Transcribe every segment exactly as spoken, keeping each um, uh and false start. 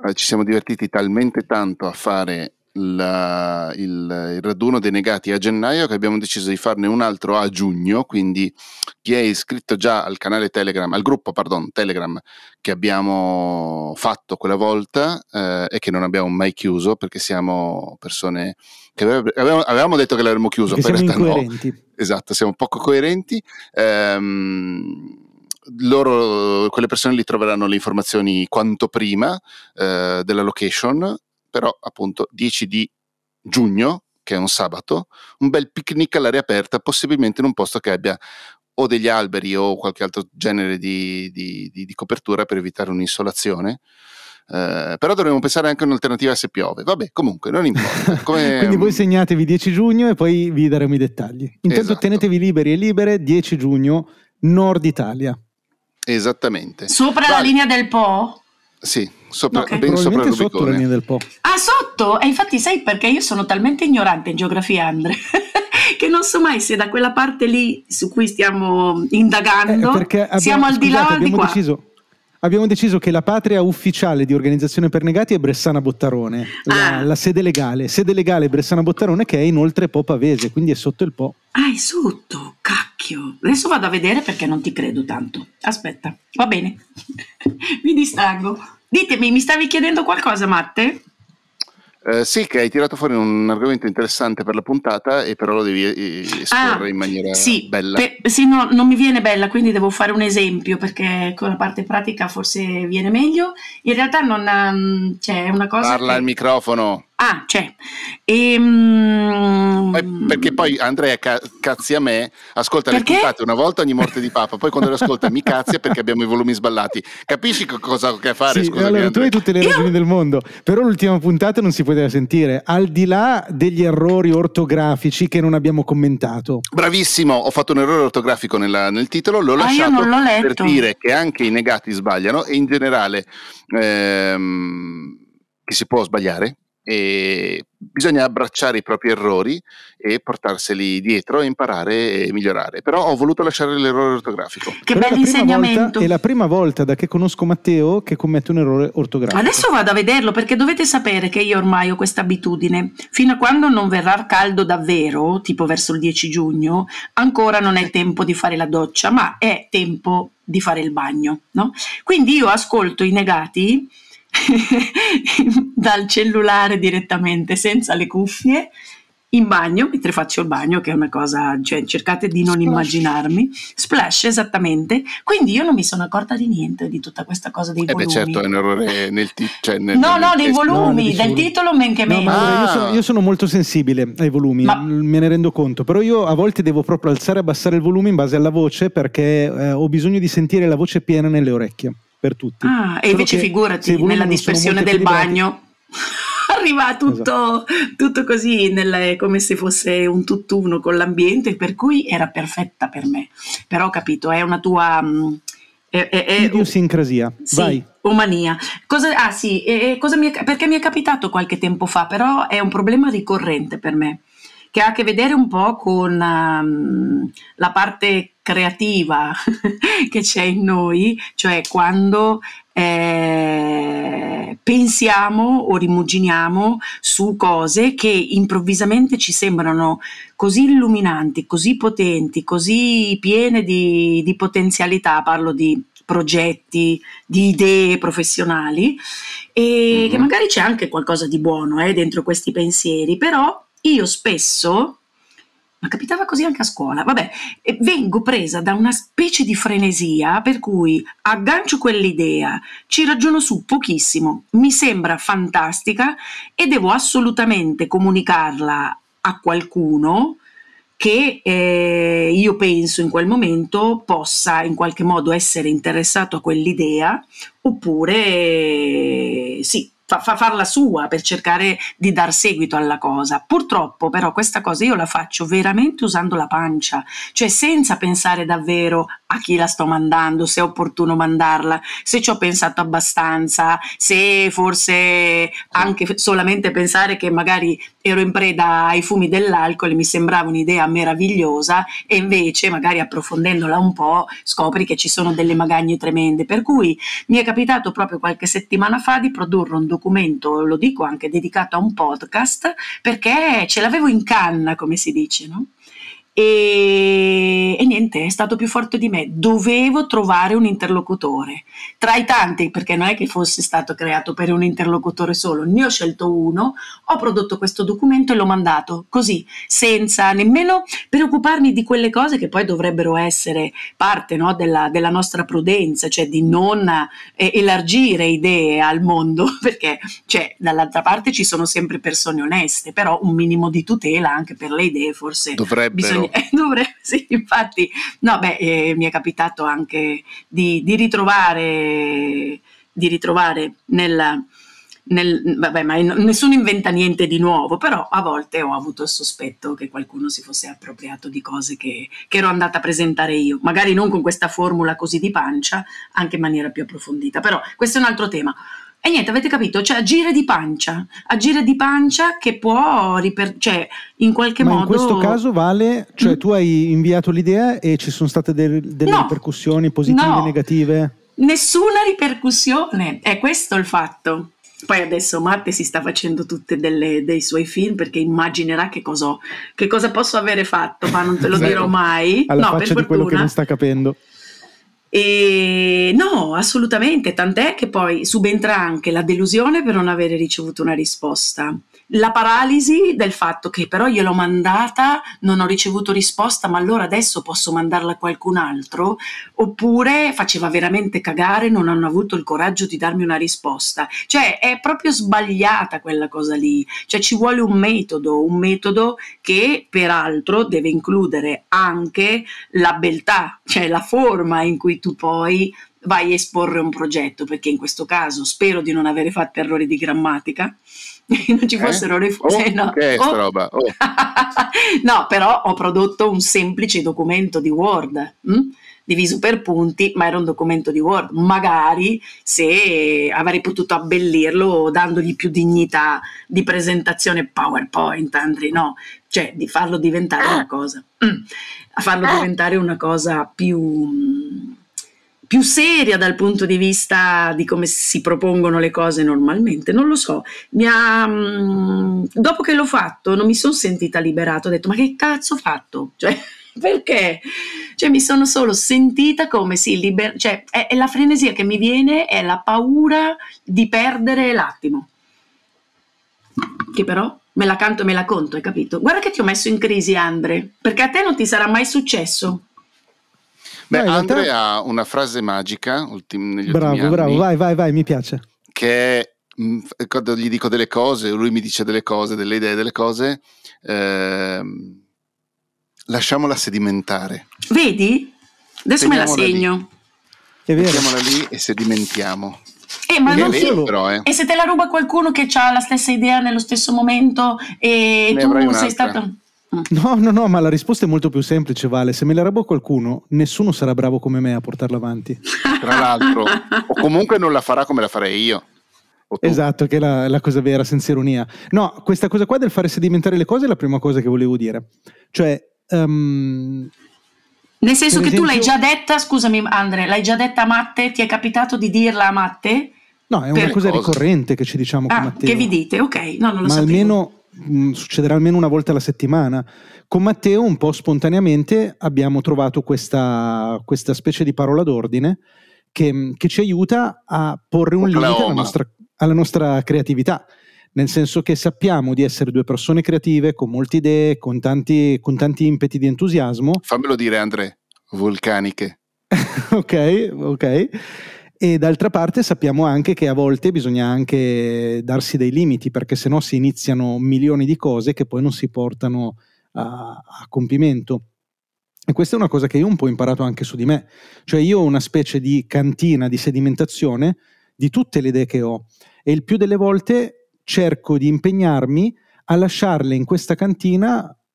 eh, ci siamo divertiti talmente tanto a fare la, il, il raduno dei negati a gennaio che abbiamo deciso di farne un altro a giugno, quindi chi è iscritto già al canale Telegram, al gruppo pardon Telegram che abbiamo fatto quella volta eh, e che non abbiamo mai chiuso perché siamo persone che avevamo, avevamo detto che l'avremmo chiuso, perché poi siamo in realtà incoerenti. No. Esatto, siamo poco coerenti. Ehm, loro, quelle persone lì troveranno le informazioni quanto prima eh, della location, però appunto dieci di giugno, che è un sabato, un bel picnic all'aria aperta, possibilmente in un posto che abbia o degli alberi o qualche altro genere di, di, di, di copertura per evitare un'insolazione. Uh, però dovremmo pensare anche a un'alternativa se piove. Vabbè, comunque non importa. Come... Quindi voi segnatevi dieci giugno e poi vi daremo i dettagli. Intanto esatto. Tenetevi liberi e libere, dieci giugno, Nord Italia. Esattamente. Sopra vale. La linea del Po? Sì, sopra, okay. ben sopra il Rubicone. Sotto la linea del Po. Ah, sotto? E infatti sai perché io sono talmente ignorante in geografia, Andre, che non so mai se da quella parte lì su cui stiamo indagando eh, abbiamo, siamo al scusate, di là o al di qua. Deciso, abbiamo deciso che la patria ufficiale di Organizzazione per Negati è Bressana Bottarone, la, ah. la sede legale. Sede legale Bressana Bottarone che è inoltre Po Pavese, quindi è sotto il Po. Ah, è sotto, cacchio. Adesso vado a vedere perché non ti credo tanto. Aspetta, va bene. Mi distraggo. Ditemi, mi stavi chiedendo qualcosa, Matte? Uh, sì, che hai tirato fuori un argomento interessante per la puntata e però lo devi esporre ah, in maniera sì, bella. Pe- sì, no, non mi viene bella, quindi devo fare un esempio perché con la parte pratica forse viene meglio. In realtà non um, c'è una cosa. Parla che... al microfono. Ah, c'è. Ehm... Poi, perché poi Andrea ca- cazzi a me, ascolta perché? le puntate una volta ogni morte di papa, poi quando le ascolta mi cazzia perché abbiamo i volumi sballati. Capisci co- cosa ho a fare? Sì, Scusami, allora Andrea. tu hai tutte le ragioni Io... del mondo, però l'ultima puntata non si poteva sentire, al di là degli errori ortografici che non abbiamo commentato. Bravissimo, ho fatto un errore ortografico nella, nel titolo, l'ho ah, lasciato io non l'ho letto. Per dire che anche i negati sbagliano e in generale ehm, che si può sbagliare. E bisogna abbracciare i propri errori e portarseli dietro e imparare e migliorare, però ho voluto lasciare l'errore ortografico. Che bell'insegnamento. È la prima volta da che conosco Matteo che commette un errore ortografico. Adesso vado a vederlo perché dovete sapere che io ormai ho questa abitudine, fino a quando non verrà caldo davvero, tipo verso il dieci giugno, ancora non è tempo di fare la doccia, ma è tempo di fare il bagno, no? Quindi io ascolto i negati dal cellulare direttamente senza le cuffie in bagno mentre faccio il bagno, che è una cosa, cioè cercate di non Splash. immaginarmi. Splash, esattamente. Quindi io non mi sono accorta di niente di tutta questa cosa dei eh volumi. beh, certo è un errore nel titolo, cioè nel, no nel no dei testo. volumi, no, del titolo men che no, meno. ma allora, Ah. io, sono, io sono molto sensibile ai volumi, Ma... me ne rendo conto, però io a volte devo proprio alzare e abbassare il volume in base alla voce perché eh, ho bisogno di sentire la voce piena nelle orecchie. Per tutti. Ah, e invece figurati nella dispersione del bagno arriva tutto, esatto. tutto così nel, come se fosse un tutt'uno con l'ambiente, per cui era perfetta per me. Però ho capito, è una tua mh, è, è, è, idiosincrasia. Sì, vai. Umania. Cosa, ah sì, e, cosa mi è, perché mi è capitato qualche tempo fa, però è un problema ricorrente per me, che ha a che vedere un po' con um, la parte creativa che c'è in noi, cioè quando eh, pensiamo o rimuginiamo su cose che improvvisamente ci sembrano così illuminanti, così potenti, così piene di, di potenzialità, parlo di progetti, di idee professionali, e mm-hmm. che magari c'è anche qualcosa di buono eh, dentro questi pensieri, però io spesso, ma capitava così anche a scuola, vabbè, vengo presa da una specie di frenesia per cui aggancio quell'idea, ci ragiono su pochissimo, mi sembra fantastica e devo assolutamente comunicarla a qualcuno che eh, io penso in quel momento possa in qualche modo essere interessato a quell'idea, oppure eh, sì, fa, fa farla sua per cercare di dar seguito alla cosa. Purtroppo però questa cosa io la faccio veramente usando la pancia, cioè senza pensare davvero a chi la sto mandando, se è opportuno mandarla, se ci ho pensato abbastanza, se forse anche solamente pensare che magari ero in preda ai fumi dell'alcol e mi sembrava un'idea meravigliosa, e invece magari approfondendola un po' scopri che ci sono delle magagne tremende. Per cui mi è capitato proprio qualche settimana fa di produrre un documento, lo dico anche dedicato a un podcast, perché ce l'avevo in canna, come si dice, no? E, e niente, è stato più forte di me, dovevo trovare un interlocutore tra i tanti, perché non è che fosse stato creato per un interlocutore solo, ne ho scelto uno, ho prodotto questo documento e l'ho mandato così, senza nemmeno preoccuparmi di quelle cose che poi dovrebbero essere parte, no, della, della nostra prudenza, cioè di non eh, elargire idee al mondo, perché cioè, dall'altra parte ci sono sempre persone oneste, però un minimo di tutela anche per le idee forse dovrebbero bisogna. Eh, dovrebbe, sì, infatti, no, beh, eh, mi è capitato anche di, di ritrovare, di ritrovare nel, nel, vabbè, ma nessuno inventa niente di nuovo, però a volte ho avuto il sospetto che qualcuno si fosse appropriato di cose che, che ero andata a presentare io, magari non con questa formula così di pancia, anche in maniera più approfondita, però questo è un altro tema. E niente, avete capito? Cioè agire di pancia, agire di pancia che può, riper- cioè in qualche Ma modo... in questo caso vale, cioè mm? tu hai inviato l'idea e ci sono state del, delle no, ripercussioni positive, no, negative? Nessuna ripercussione, è questo il fatto. Poi adesso Matte si sta facendo tutti dei suoi film perché immaginerà che cosa, che cosa posso avere fatto, ma non te lo dirò mai. Alla no, faccia per di quello fortuna. che non sta capendo. E no, assolutamente, tant'è che poi subentra anche la delusione per non avere ricevuto una risposta, la paralisi del fatto che però gliel'ho mandata, non ho ricevuto risposta, ma allora adesso posso mandarla a qualcun altro, oppure faceva veramente cagare, non hanno avuto il coraggio di darmi una risposta. Cioè è proprio sbagliata quella cosa lì, cioè ci vuole un metodo, un metodo che peraltro deve includere anche la beltà, cioè la forma in cui tu poi vai a esporre un progetto, perché in questo caso spero di non avere fatto errori di grammatica, non ci fossero eh? le oh, eh, no. che è sta oh. roba? Oh. No, però ho prodotto un semplice documento di Word hm? diviso per punti, ma era un documento di Word, magari se avrei potuto abbellirlo dandogli più dignità di presentazione PowerPoint, Andri, no, cioè di farlo diventare una cosa a farlo diventare una cosa più più seria dal punto di vista di come si propongono le cose normalmente, non lo so, mi ha, dopo che l'ho fatto non mi sono sentita liberata, ho detto ma che cazzo ho fatto? Cioè, perché? Cioè mi sono solo sentita come sì, liber- cioè è, è la frenesia che mi viene, è la paura di perdere l'attimo, che però me la canto e me la conto, hai capito? Guarda che ti ho messo in crisi, Andre, perché a te non ti sarà mai successo. Beh, no, Andre realtà... ha una frase magica ultim- negli bravo, ultimi bravo, anni. vai, vai, vai, mi piace. Che è, mh, quando gli dico delle cose, lui mi dice delle cose, delle idee, delle cose, ehm, lasciamola sedimentare. Vedi? Adesso me la segno. Lì. Mettiamola lì e sedimentiamo. Eh, ma non vero, ti... però, eh. E se te la ruba qualcuno che ha la stessa idea nello stesso momento e ne tu sei stato... No, no, no, ma la risposta è molto più semplice, Vale. Se me la rubo qualcuno, nessuno sarà bravo come me a portarla avanti. Tra l'altro, o comunque non la farà come la farei io. Esatto, che è la, la cosa vera, senza ironia. No, questa cosa qua del fare sedimentare le cose è la prima cosa che volevo dire. Cioè, um, nel senso che esempio... tu l'hai già detta, scusami Andre, l'hai già detta a Matte? Ti è capitato di dirla a Matte? No, è una per cosa cosa? ricorrente che ci diciamo ah, con Matteo. Che vi dite? Ok, no, non lo ma sapevo. Almeno mh, succederà almeno una volta alla settimana. Con Matteo un po' spontaneamente abbiamo trovato questa, questa specie di parola d'ordine che, che ci aiuta a porre un limite alla nostra, alla nostra creatività, nel senso che sappiamo di essere due persone creative con molte idee, con tanti, con tanti impeti di entusiasmo. Fammelo dire, Andre, vulcaniche. ok, ok. E d'altra parte sappiamo anche che a volte bisogna anche darsi dei limiti, perché sennò si iniziano milioni di cose che poi non si portano a, a compimento. E questa è una cosa che io un po' ho imparato anche su di me. Cioè io ho una specie di cantina di sedimentazione di tutte le idee che ho, e il più delle volte cerco di impegnarmi a lasciarle in questa cantina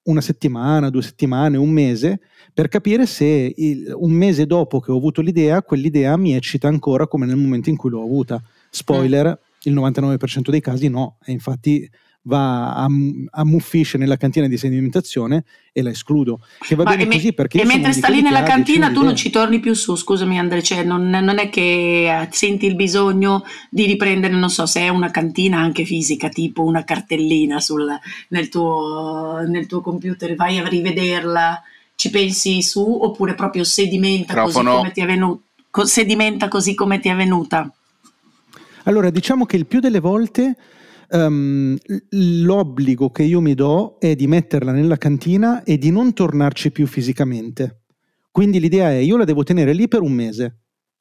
una settimana, due settimane, un mese, per capire se il, un mese dopo che ho avuto l'idea, quell'idea mi eccita ancora come nel momento in cui l'ho avuta. Spoiler, mm. il novantanove per cento dei casi no, e infatti va a, a muffisce nella cantina di sedimentazione e la escludo, che va Ma bene e così, me, perché e io sono mentre uno di sta lì quelli che nella ha cantina decine tu di non idee. ci torni più su, scusami Andre, cioè non, non è che eh, senti il bisogno di riprendere, non so, se è una cantina anche fisica, tipo una cartellina sul, nel, tuo, nel tuo computer, vai a rivederla, ci pensi su, oppure proprio sedimenta così Microfono. come ti è venuta, sedimenta così come ti è venuta? Allora, diciamo che il più delle volte um, l'obbligo che io mi do è di metterla nella cantina e di non tornarci più fisicamente. Quindi l'idea è, io la devo tenere lì per un mese.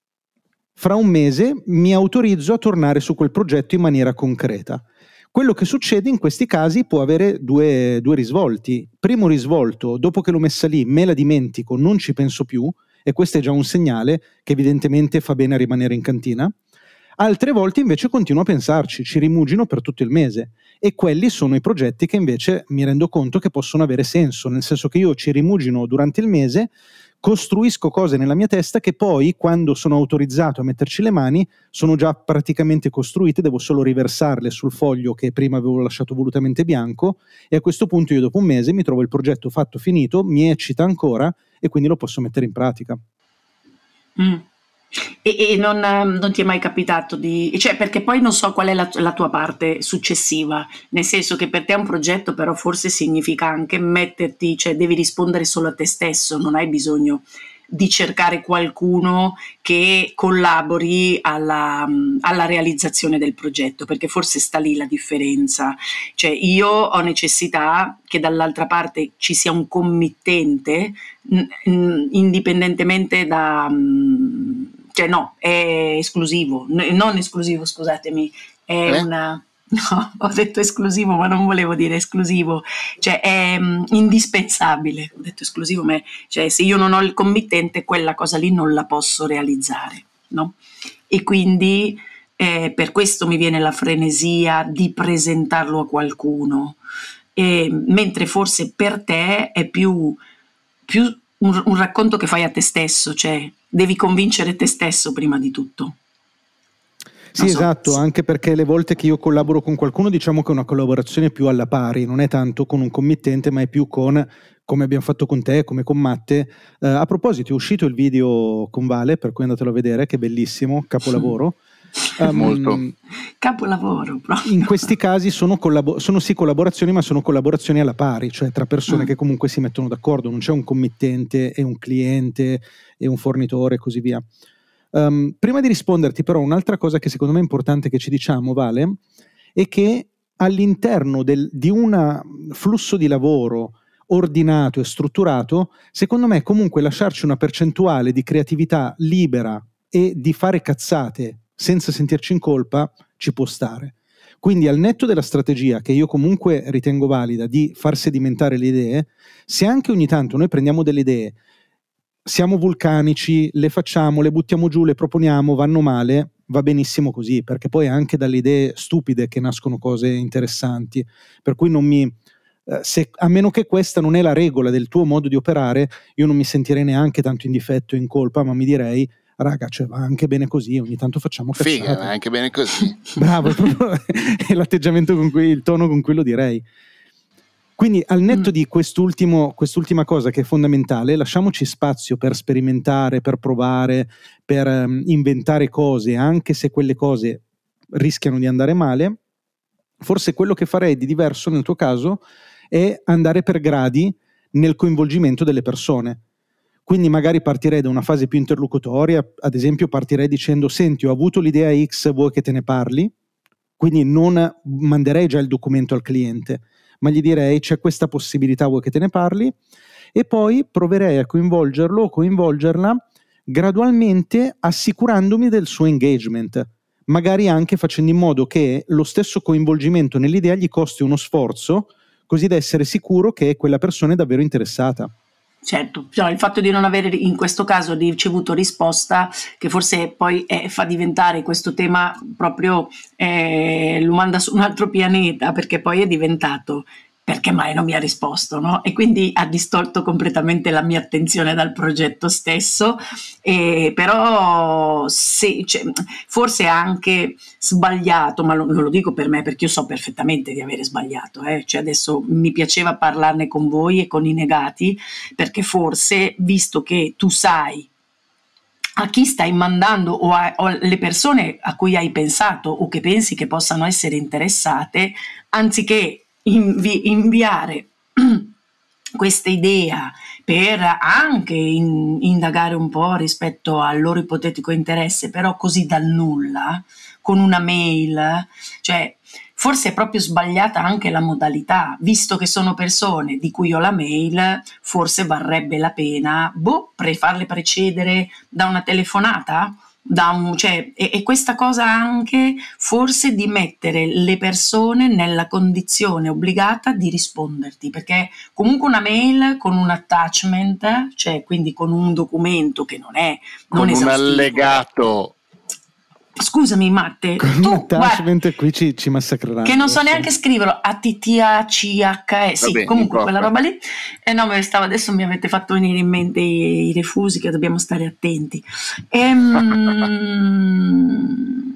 Fra un mese mi autorizzo a tornare su quel progetto in maniera concreta. Quello che succede in questi casi può avere due, due risvolti. Primo risvolto, dopo che l'ho messa lì, me la dimentico, non ci penso più, e questo è già un segnale che evidentemente fa bene a rimanere in cantina. Altre volte invece continuo a pensarci, ci rimugino per tutto il mese, e quelli sono i progetti che invece mi rendo conto che possono avere senso, nel senso che io ci rimugino durante il mese, costruisco cose nella mia testa che poi, quando sono autorizzato a metterci le mani, sono già praticamente costruite, devo solo riversarle sul foglio che prima avevo lasciato volutamente bianco, e a questo punto io dopo un mese mi trovo il progetto fatto, finito, mi eccita ancora e quindi lo posso mettere in pratica. Mm. E, e non, non ti è mai capitato di... cioè, perché poi non so qual è la, la tua parte successiva, nel senso che per te è un progetto, però forse significa anche metterti, cioè devi rispondere solo a te stesso, non hai bisogno di cercare qualcuno che collabori alla, alla realizzazione del progetto, perché forse sta lì la differenza. Cioè io ho necessità che dall'altra parte ci sia un committente, n- n- indipendentemente da... cioè no, è esclusivo, n- non esclusivo, scusatemi, è Eh? una... No, ho detto esclusivo, ma non volevo dire esclusivo, cioè è um, indispensabile, ho detto esclusivo, ma è, cioè se io non ho il committente quella cosa lì non la posso realizzare, no? E quindi eh, per questo mi viene la frenesia di presentarlo a qualcuno, e, mentre forse per te è più, più un, un racconto che fai a te stesso, cioè devi convincere te stesso prima di tutto. Sì, so. esatto, anche perché le volte che io collaboro con qualcuno diciamo che è una collaborazione più alla pari, non è tanto con un committente ma è più con, come abbiamo fatto con te, come con Matte. Uh, a proposito, è uscito il video con Vale, per cui andatelo a vedere, che è bellissimo, capolavoro. Um, Molto. Capolavoro proprio. In questi casi sono, collabo- sono sì collaborazioni, ma sono collaborazioni alla pari, cioè tra persone mm. che comunque si mettono d'accordo, non c'è un committente e un cliente e un fornitore e così via. Um, prima di risponderti però un'altra cosa che secondo me è importante che ci diciamo, Vale, è che all'interno del, di un flusso di lavoro ordinato e strutturato, secondo me comunque lasciarci una percentuale di creatività libera e di fare cazzate senza sentirci in colpa ci può stare. Quindi al netto della strategia, che io comunque ritengo valida, di far sedimentare le idee, se anche ogni tanto noi prendiamo delle idee, siamo vulcanici, le facciamo, le buttiamo giù, le proponiamo, vanno male, va benissimo così, perché poi è anche dalle idee stupide che nascono cose interessanti, per cui non mi... Eh, se, a meno che questa non è la regola del tuo modo di operare, io non mi sentirei neanche tanto in difetto e in colpa, ma mi direi, raga, cioè, va anche bene così, ogni tanto facciamo cazzate. Figa, va anche bene così. Bravo, è l'atteggiamento con cui, il tono con cui lo direi. Quindi al netto mm. di quest'ultimo, quest'ultima cosa che è fondamentale, lasciamoci spazio per sperimentare, per provare, per um, inventare cose, anche se quelle cose rischiano di andare male. Forse quello che farei di diverso nel tuo caso è andare per gradi nel coinvolgimento delle persone. Quindi magari partirei da una fase più interlocutoria, ad esempio partirei dicendo: senti, ho avuto l'idea X, vuoi che te ne parli? Quindi non manderei già il documento al cliente, ma gli direi: c'è questa possibilità, vuoi che te ne parli? E poi proverei a coinvolgerlo o coinvolgerla gradualmente, assicurandomi del suo engagement, magari anche facendo in modo che lo stesso coinvolgimento nell'idea gli costi uno sforzo, così da essere sicuro che quella persona è davvero interessata. Certo, cioè, il fatto di non avere in questo caso ricevuto risposta, che forse poi eh, fa diventare questo tema proprio, eh, lo manda su un altro pianeta, perché poi è diventato perché mai non mi ha risposto, no? E quindi ha distolto completamente la mia attenzione dal progetto stesso, e però se, cioè, forse è anche sbagliato, ma lo, non lo dico per me perché io so perfettamente di avere sbagliato, eh? Cioè adesso mi piaceva parlarne con voi e con i negati, perché forse, visto che tu sai a chi stai mandando o alle persone a cui hai pensato o che pensi che possano essere interessate, anziché invi- inviare questa idea per anche in- indagare un po' rispetto al loro ipotetico interesse, però così dal nulla, con una mail, cioè forse è proprio sbagliata anche la modalità, visto che sono persone di cui ho la mail, forse varrebbe la pena boh, pre- farle precedere da una telefonata, da un, cioè, e, e questa cosa anche forse di mettere le persone nella condizione obbligata di risponderti, perché comunque una mail con un attachment, cioè quindi con un documento che non è non con un esaustivo, allegato. Scusami Matte, Con un tu attachment guarda, qui ci, ci massacreranno. che non so adesso. neanche scriverlo, A T T A C H E, sì, Vabbè, comunque non quella importa. roba lì. E no, me stavo, adesso mi avete fatto venire in mente i, i refusi, che dobbiamo stare attenti. Ehm,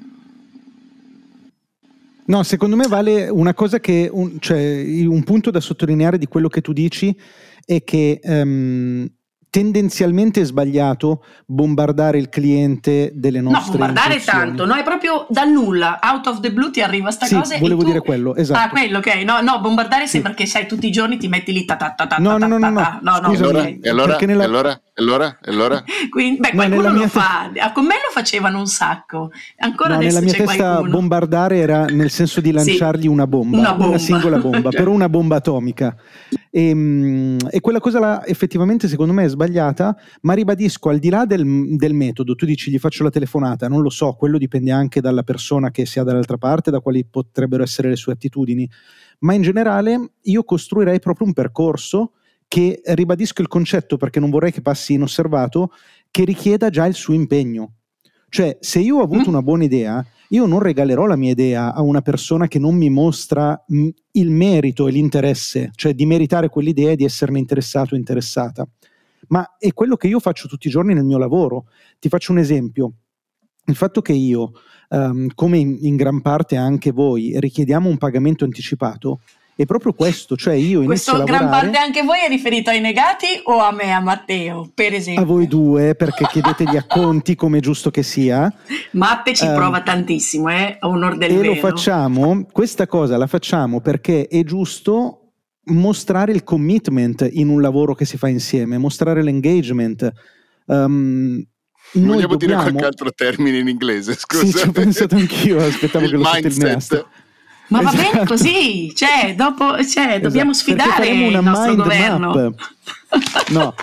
No, secondo me vale una cosa che, un, cioè un punto da sottolineare di quello che tu dici è che ehm, tendenzialmente è sbagliato bombardare il cliente delle no, nostre bombardare intuizioni. tanto, no, è proprio dal nulla, out of the blue ti arriva sta Sì, cosa volevo e tu... dire quello, esatto. Ah, quello, ok, no, no, bombardare Sì. sembra che sai tutti i giorni ti metti lì ta ta ta ta No, ta no, no, ta no, ta. no, no, no, E scusami, allora, ok. e allora, perché nella- e allora, e allora, e allora? Quindi, beh, No, qualcuno nella lo mia te- fa, ah, con me lo facevano un sacco, ancora No, adesso nella mia c'è testa qualcuno. bombardare era nel senso di lanciargli Sì, una bomba, una bomba. singola bomba, Cioè. però una bomba atomica. E, mm, e quella cosa là effettivamente secondo me è sbagliata, ma ribadisco, al di là del, del metodo, tu dici gli faccio la telefonata, non lo so, quello dipende anche dalla persona che si ha dall'altra parte, da quali potrebbero essere le sue attitudini, ma in generale io costruirei proprio un percorso che, ribadisco il concetto perché non vorrei che passi inosservato, che richieda già il suo impegno. Cioè, se io ho avuto Mm. una buona idea, io non regalerò la mia idea a una persona che non mi mostra mh, il merito e l'interesse, cioè di meritare quell'idea e di esserne interessato o interessata. Ma è quello che io faccio tutti i giorni nel mio lavoro. Ti faccio un esempio. Il fatto che io, ehm, come in, in gran parte anche voi, richiediamo un pagamento anticipato, è proprio questo, cioè io inizio Questo a gran lavorare... parte anche voi è riferito ai negati o a me, a Matteo, per esempio? A voi due, perché chiedete gli acconti come è giusto che sia. Matte ci Ehm, prova tantissimo, eh? A onor del E vero. lo facciamo, questa cosa la facciamo perché è giusto mostrare il commitment in un lavoro che si fa insieme, mostrare l'engagement. Um, noi Vogliamo dire dobbiamo... qualche altro termine in inglese? Scusa. Sì, ci ho pensato anchio, aspettavo Il che lo mindset. sottolineaste. Ma va bene Esatto. così, cioè, dopo, cioè, dobbiamo Esatto, perché sfidare faremo una il nostro mind governo. map. No,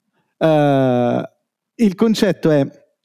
Uh, il concetto è: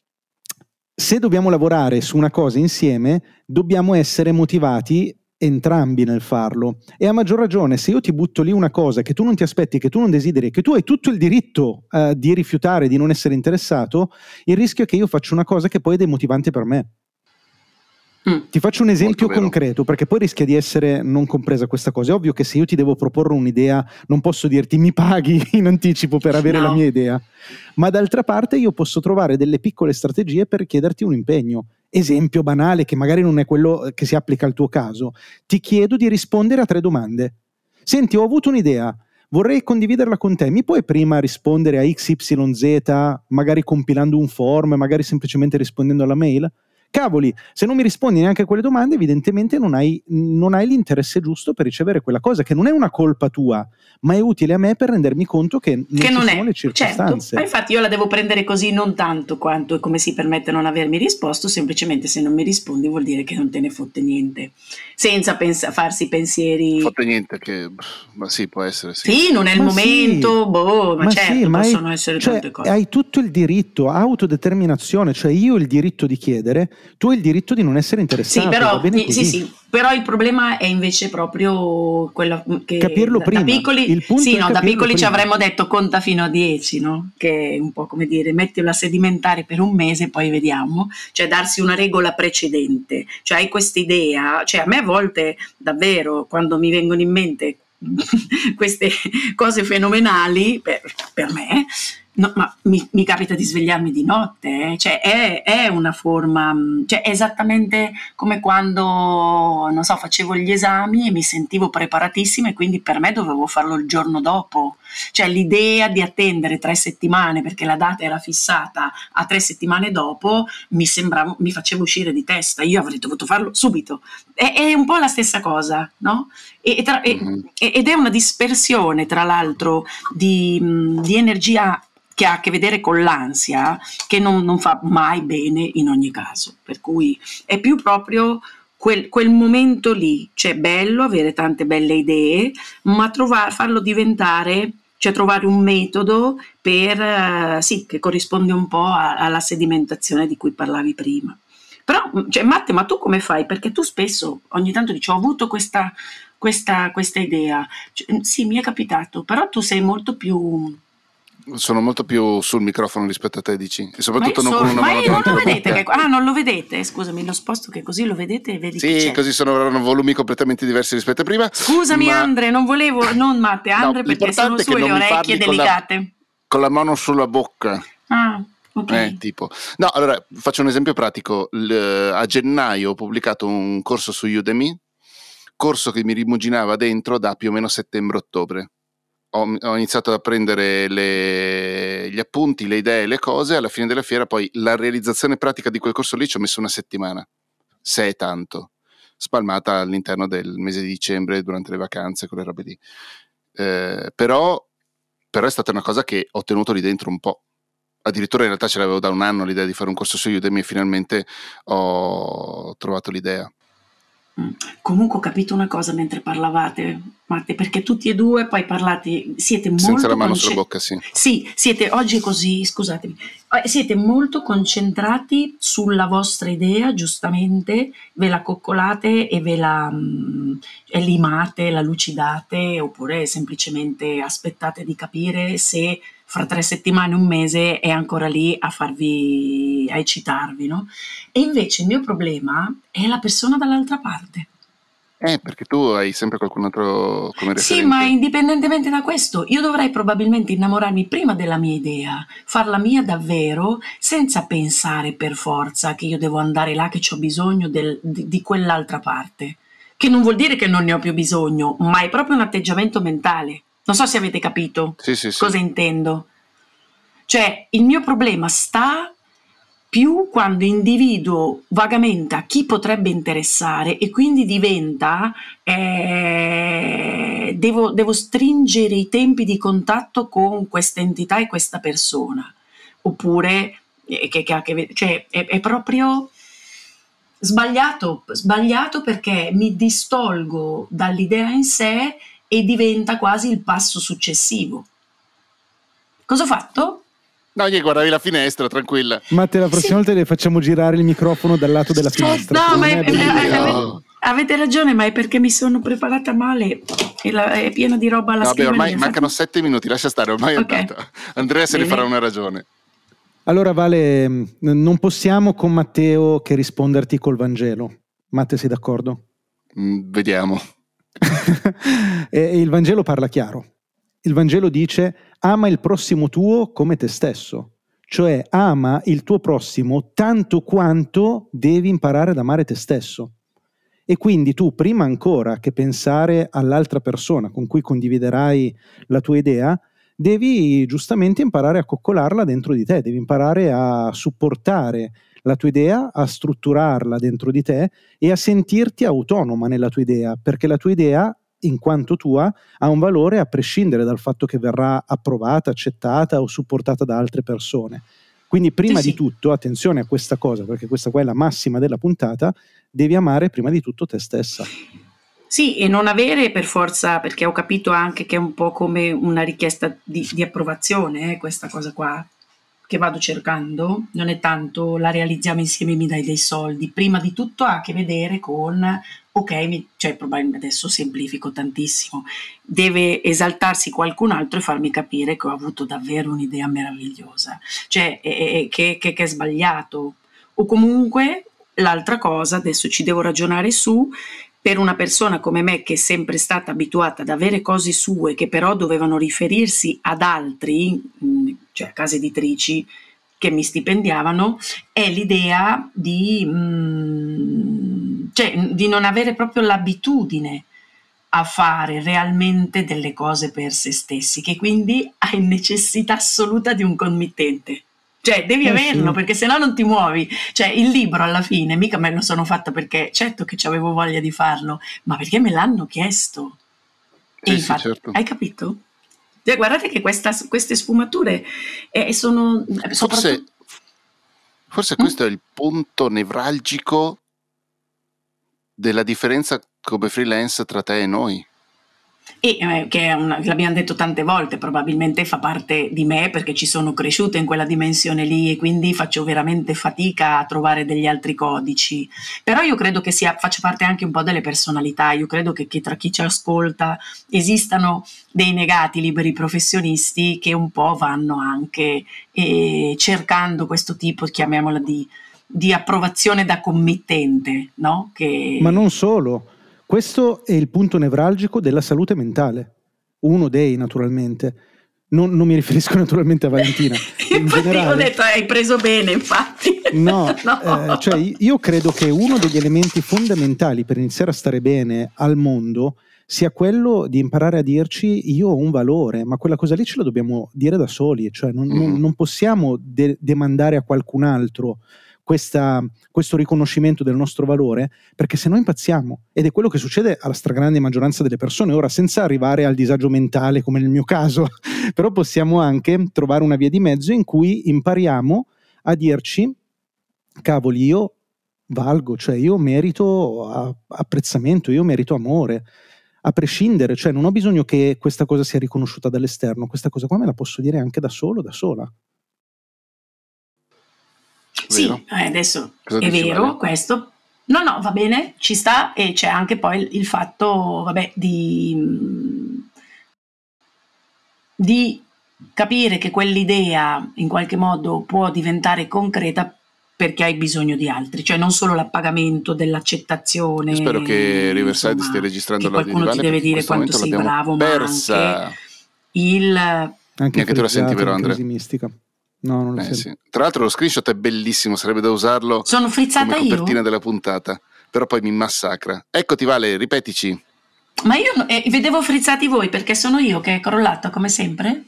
se dobbiamo lavorare su una cosa insieme, dobbiamo essere motivati entrambi nel farlo. E a maggior ragione, se io ti butto lì una cosa che tu non ti aspetti, che tu non desideri, che tu hai tutto il diritto uh, di rifiutare, di non essere interessato, il rischio è che io faccia una cosa che poi è demotivante per me. Mm. Ti faccio un esempio Molto vero. concreto, perché poi rischia di essere non compresa questa cosa. È ovvio che se io ti devo proporre un'idea, non posso dirti mi paghi in anticipo per avere No. la mia idea, ma d'altra parte io posso trovare delle piccole strategie per chiederti un impegno. Esempio banale, che magari non è quello che si applica al tuo caso: ti chiedo di rispondere a tre domande. Senti, ho avuto un'idea, vorrei condividerla con te, mi puoi prima rispondere a X Y Z, magari compilando un form, magari semplicemente rispondendo alla mail? Cavoli, se non mi rispondi neanche a quelle domande, evidentemente non hai, non hai l'interesse giusto per ricevere quella cosa, che non è una colpa tua, ma è utile a me per rendermi conto che non Che ci non sono è, le certo, circostanze. ma infatti io la devo prendere così, non tanto quanto come si permette non avermi risposto, semplicemente se non mi rispondi vuol dire che non te ne fotte niente, senza pens- farsi pensieri. Fotte niente che, ma sì, può essere, sì. Sì, non è il Ma momento, sì, boh, ma, ma certo, sì, ma hai- possono essere cioè, tante cose. hai tutto il diritto, autodeterminazione, cioè io ho il diritto di chiedere, tu hai il diritto di non essere interessato. Sì, però, va bene sì, così. sì, però il problema è invece proprio quello che Capirlo da, prima. da piccoli, Il punto sì, è no, da capirlo piccoli ci prima. avremmo detto conta fino a dieci, no? Che è un po' come dire mettila a sedimentare per un mese e poi vediamo, cioè darsi una regola precedente, cioè hai questa idea, cioè a me a volte davvero quando mi vengono in mente queste cose fenomenali per, per me. No, ma mi, mi capita di svegliarmi di notte, eh. Cioè è, è una forma, cioè è esattamente come quando, non so, facevo gli esami e mi sentivo preparatissima e quindi per me dovevo farlo il giorno dopo. Cioè l'idea di attendere tre settimane perché la data era fissata a tre settimane dopo mi sembrava, mi faceva uscire di testa. Io avrei dovuto farlo subito. È, è un po' la stessa cosa, no? E, e tra, mm-hmm. e, ed è una dispersione, tra l'altro, di, di energia che ha a che vedere con l'ansia, che non, non fa mai bene in ogni caso, per cui è più proprio quel, quel momento lì, cioè bello avere tante belle idee, ma trovare, farlo diventare, cioè trovare un metodo per, uh, sì, che corrisponde un po' a, alla sedimentazione di cui parlavi prima. Però, cioè, Matte, ma tu come fai? Perché tu spesso, ogni tanto dici, ho avuto questa, questa, questa idea, cioè, sì, mi è capitato, però tu sei molto più... Sono molto più sul microfono rispetto a te, dici, e soprattutto non so, con una ma mano non davanti lo alla vedete bocca. che, ah, non lo vedete? Scusami, lo sposto che così lo vedete e vedi sì, che c'è. Così sono volumi completamente diversi rispetto a prima. Scusami, ma... Andre, non volevo, non Matte, Andre, no, perché sono su le orecchie con delicate. La, con la mano sulla bocca. Ah, ok. Eh, tipo. No, allora, faccio un esempio pratico. L- a gennaio ho pubblicato un corso su Udemy, corso che mi rimuginava dentro da più o meno settembre-ottobre. Ho, ho iniziato a prendere le, gli appunti, le idee, le cose. Alla fine della fiera poi la realizzazione pratica di quel corso lì ci ho messo una settimana, se è tanto, spalmata all'interno del mese di dicembre durante le vacanze, quelle robe lì. Eh, però, però è stata una cosa che ho tenuto lì dentro un po'. Addirittura in realtà ce l'avevo da un anno l'idea di fare un corso su Udemy e finalmente ho trovato l'idea. Comunque ho capito una cosa mentre parlavate, Matte, perché tutti e due poi parlate, siete molto senza la mano conce- sulla bocca, sì. Sì, siete oggi così, scusatemi, siete molto concentrati sulla vostra idea, giustamente, ve la coccolate e ve la mh, limate, la lucidate, oppure semplicemente aspettate di capire se fra tre settimane, un mese è ancora lì a farvi, a eccitarvi, no? E invece il mio problema è la persona dall'altra parte. Eh, perché tu hai sempre qualcun altro come referente. Sì, ma indipendentemente da questo, io dovrei probabilmente innamorarmi prima della mia idea, farla mia davvero, senza pensare per forza che io devo andare là, che ho bisogno del, di, di quell'altra parte. Che non vuol dire che non ne ho più bisogno, ma è proprio un atteggiamento mentale. Non so se avete capito sì, sì, sì. cosa intendo. Cioè, il mio problema sta più quando individuo vagamente a chi potrebbe interessare e quindi diventa, eh, devo, devo stringere i tempi di contatto con questa entità e questa persona. Oppure, eh, che, che, che, cioè, è, è proprio... Sbagliato, sbagliato perché mi distolgo dall'idea in sé e diventa quasi il passo successivo. Cosa ho fatto? No, gli guardavi la finestra, tranquilla. Matte, la prossima sì. volta le facciamo girare il microfono dal lato della finestra. No, ma è, è, è, avete ragione, ma è perché mi sono preparata male e la, è piena di roba alla no, scrivania. Vabbè, ormai mancano sette minuti, lascia stare, ormai è okay. andata. Andrea se Bene. ne farà una ragione. Allora Vale, non possiamo con Matteo che risponderti col Vangelo. Matte, sei d'accordo? Mm, vediamo. E il Vangelo parla chiaro. Il Vangelo dice: ama il prossimo tuo come te stesso. Cioè ama il tuo prossimo tanto quanto devi imparare ad amare te stesso. E quindi tu, prima ancora che pensare all'altra persona con cui condividerai la tua idea, devi giustamente imparare a coccolarla dentro di te, devi imparare a supportare la tua idea, a strutturarla dentro di te e a sentirti autonoma nella tua idea, perché la tua idea, in quanto tua, ha un valore a prescindere dal fatto che verrà approvata, accettata o supportata da altre persone. Quindi prima sì, di sì. tutto, attenzione a questa cosa, perché questa qua è la massima della puntata, devi amare prima di tutto te stessa. Sì, e non avere per forza, perché ho capito anche che è un po' come una richiesta di, di approvazione, eh, questa cosa qua che vado cercando, non è tanto la realizziamo insieme e mi dai dei soldi, prima di tutto ha a che vedere con, ok, mi, cioè probabilmente adesso semplifico tantissimo, deve esaltarsi qualcun altro e farmi capire che ho avuto davvero un'idea meravigliosa, cioè eh, che, che, che è sbagliato, o comunque l'altra cosa, adesso ci devo ragionare su, per una persona come me, che è sempre stata abituata ad avere cose sue che però dovevano riferirsi ad altri, mh, cioè a case editrici che mi stipendiavano, è l'idea di, mh, cioè, di non avere proprio l'abitudine a fare realmente delle cose per se stessi, che quindi hai necessità assoluta di un committente. Cioè devi Eh averlo, sì. perché sennò non ti muovi. Cioè il libro alla fine mica me lo sono fatto perché certo che avevo voglia di farlo, ma perché me l'hanno chiesto. E Sì, sì, infatti, certo. hai capito? Cioè, guardate che questa, queste sfumature eh, sono eh, Forse, soprattutto... forse Mm? questo è il punto nevralgico della differenza come freelance tra te e noi. E eh, che è una, l'abbiamo detto tante volte, probabilmente fa parte di me perché ci sono cresciuta in quella dimensione lì e quindi faccio veramente fatica a trovare degli altri codici. Però io credo che sia, faccia parte anche un po' delle personalità. Io credo che, che tra chi ci ascolta esistano dei negati liberi professionisti che un po' vanno anche eh, cercando questo tipo, chiamiamola di, di approvazione da committente, no? Che... Ma non solo, questo è il punto nevralgico della salute mentale, uno dei naturalmente, non, non mi riferisco naturalmente a Valentina, in Infatti generale. ho detto hai preso bene, infatti. No, No. eh, cioè io credo che uno degli elementi fondamentali per iniziare a stare bene al mondo sia quello di imparare a dirci io ho un valore, ma quella cosa lì ce la dobbiamo dire da soli, cioè non, non- Mhm. non possiamo de- demandare a qualcun altro questa- questo riconoscimento del nostro valore, perché se no impazziamo, ed è quello che succede alla stragrande maggioranza delle persone, ora senza arrivare al disagio mentale come nel mio caso, però possiamo anche trovare una via di mezzo in cui impariamo a dirci cavoli, io valgo, cioè io merito a- apprezzamento, io merito amore, a prescindere, cioè non ho bisogno che questa cosa sia riconosciuta dall'esterno, questa cosa qua me la posso dire anche da solo, da sola. Sì, Vero? eh, adesso Cosa è dici, vero Vale? questo. No, no, va bene, ci sta e c'è anche poi il, il fatto, vabbè, di, mm, di capire che quell'idea in qualche modo può diventare concreta perché hai bisogno di altri, cioè non solo l'appagamento dell'accettazione, Io spero che Riverside stia insomma, registrando che l'audio di qualcuno ti Vale, deve perché in dire questo quanto momento sei l'abbiamo bravo, ma anche persa. il... Anche Neanche tu la senti, frizzata, vero, in Andrea? crisi mistica. No, non la Eh sento. sì. Tra l'altro lo screenshot è bellissimo, sarebbe da usarlo Sono come frizzata copertina io? della puntata, però poi mi massacra. Eccoti, Vale, ripetici. Ma io no- eh, vedevo frizzati voi perché sono io che è crollato come sempre?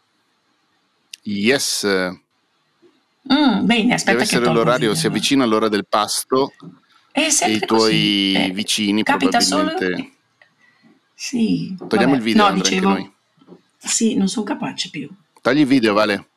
Yes, Mm, bene, deve aspetta che essere tolgo il l'orario, video si allora. avvicina all'ora del pasto È e i sempre così. tuoi eh, vicini capita solo... probabilmente... Sì, Togliamo il vabbè. video, No, Andrea, anche noi. dicevo... Sì, non sono capace più. Togli il video, Vale.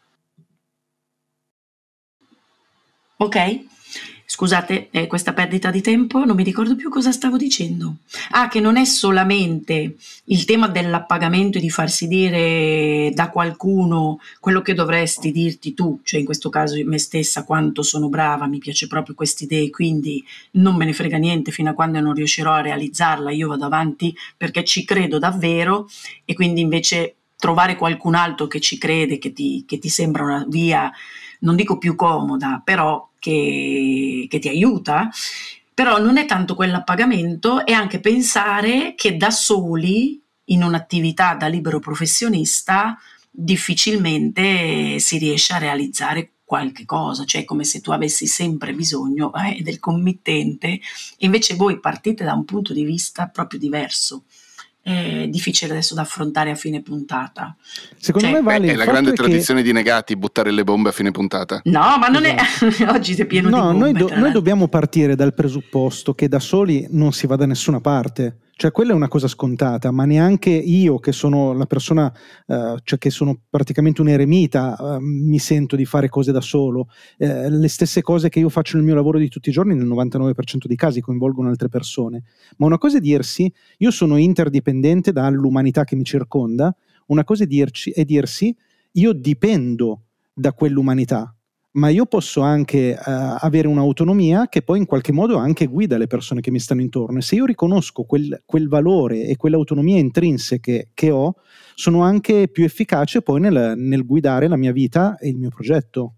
Ok? Scusate, eh, questa perdita di tempo, non mi ricordo più cosa stavo dicendo. Ah, che non è solamente il tema dell'appagamento e di farsi dire da qualcuno quello che dovresti dirti tu, cioè in questo caso me stessa quanto sono brava, mi piace proprio questa idea, quindi non me ne frega niente fino a quando non riuscirò a realizzarla, io vado avanti perché ci credo davvero e quindi invece trovare qualcun altro che ci crede, che ti, che ti sembra una via, non dico più comoda, però che, che ti aiuta, però non è tanto quell'appagamento, è anche pensare che da soli, in un'attività da libero professionista, difficilmente si riesce a realizzare qualche cosa, cioè come se tu avessi sempre bisogno eh, del committente, e invece voi partite da un punto di vista proprio diverso. È difficile adesso da affrontare a fine puntata. Secondo Cioè, me Vale, Beh, è il la fatto grande è che tradizione di negati, buttare le bombe a fine puntata. no, ma non esatto. è oggi è pieno No, di noi, bombe, do- tra noi l'altro. dobbiamo partire dal presupposto che da soli non si va da nessuna parte, cioè quella è una cosa scontata, ma neanche io che sono la persona, eh, cioè che sono praticamente un eremita, eh, mi sento di fare cose da solo. Eh, le stesse cose che io faccio nel mio lavoro di tutti i giorni nel novantanove per cento dei casi coinvolgono altre persone, ma una cosa è dirsi io sono interdipendente dall'umanità che mi circonda, una cosa è, dirci, è dirsi io dipendo da quell'umanità, ma io posso anche uh, avere un'autonomia che poi in qualche modo anche guida le persone che mi stanno intorno, e se io riconosco quel, quel valore e quell'autonomia intrinseche che ho, sono anche più efficace poi nel, nel guidare la mia vita e il mio progetto.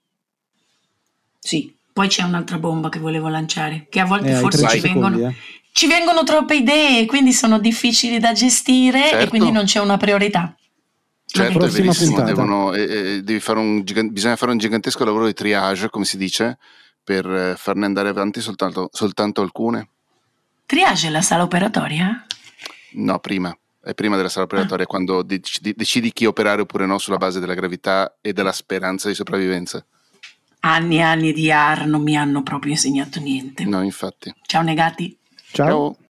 Sì, poi c'è un'altra bomba che volevo lanciare, che a volte Eh, hai forse trenta ci secondi, vengono, eh. ci vengono troppe idee, quindi sono difficili da gestire, certo. E quindi non c'è una priorità. Certo, è verissimo, devono, eh, eh, devi fare un gigant- bisogna fare un gigantesco lavoro di triage, come si dice, per eh, farne andare avanti soltanto, soltanto alcune. Triage è la sala operatoria? No, prima. È prima della sala operatoria, ah. quando decidi, decidi chi operare oppure no sulla base della gravità e della speranza di sopravvivenza. Anni e anni di A R non mi hanno proprio insegnato niente. No, infatti. Ciao negati. Ciao. Ciao.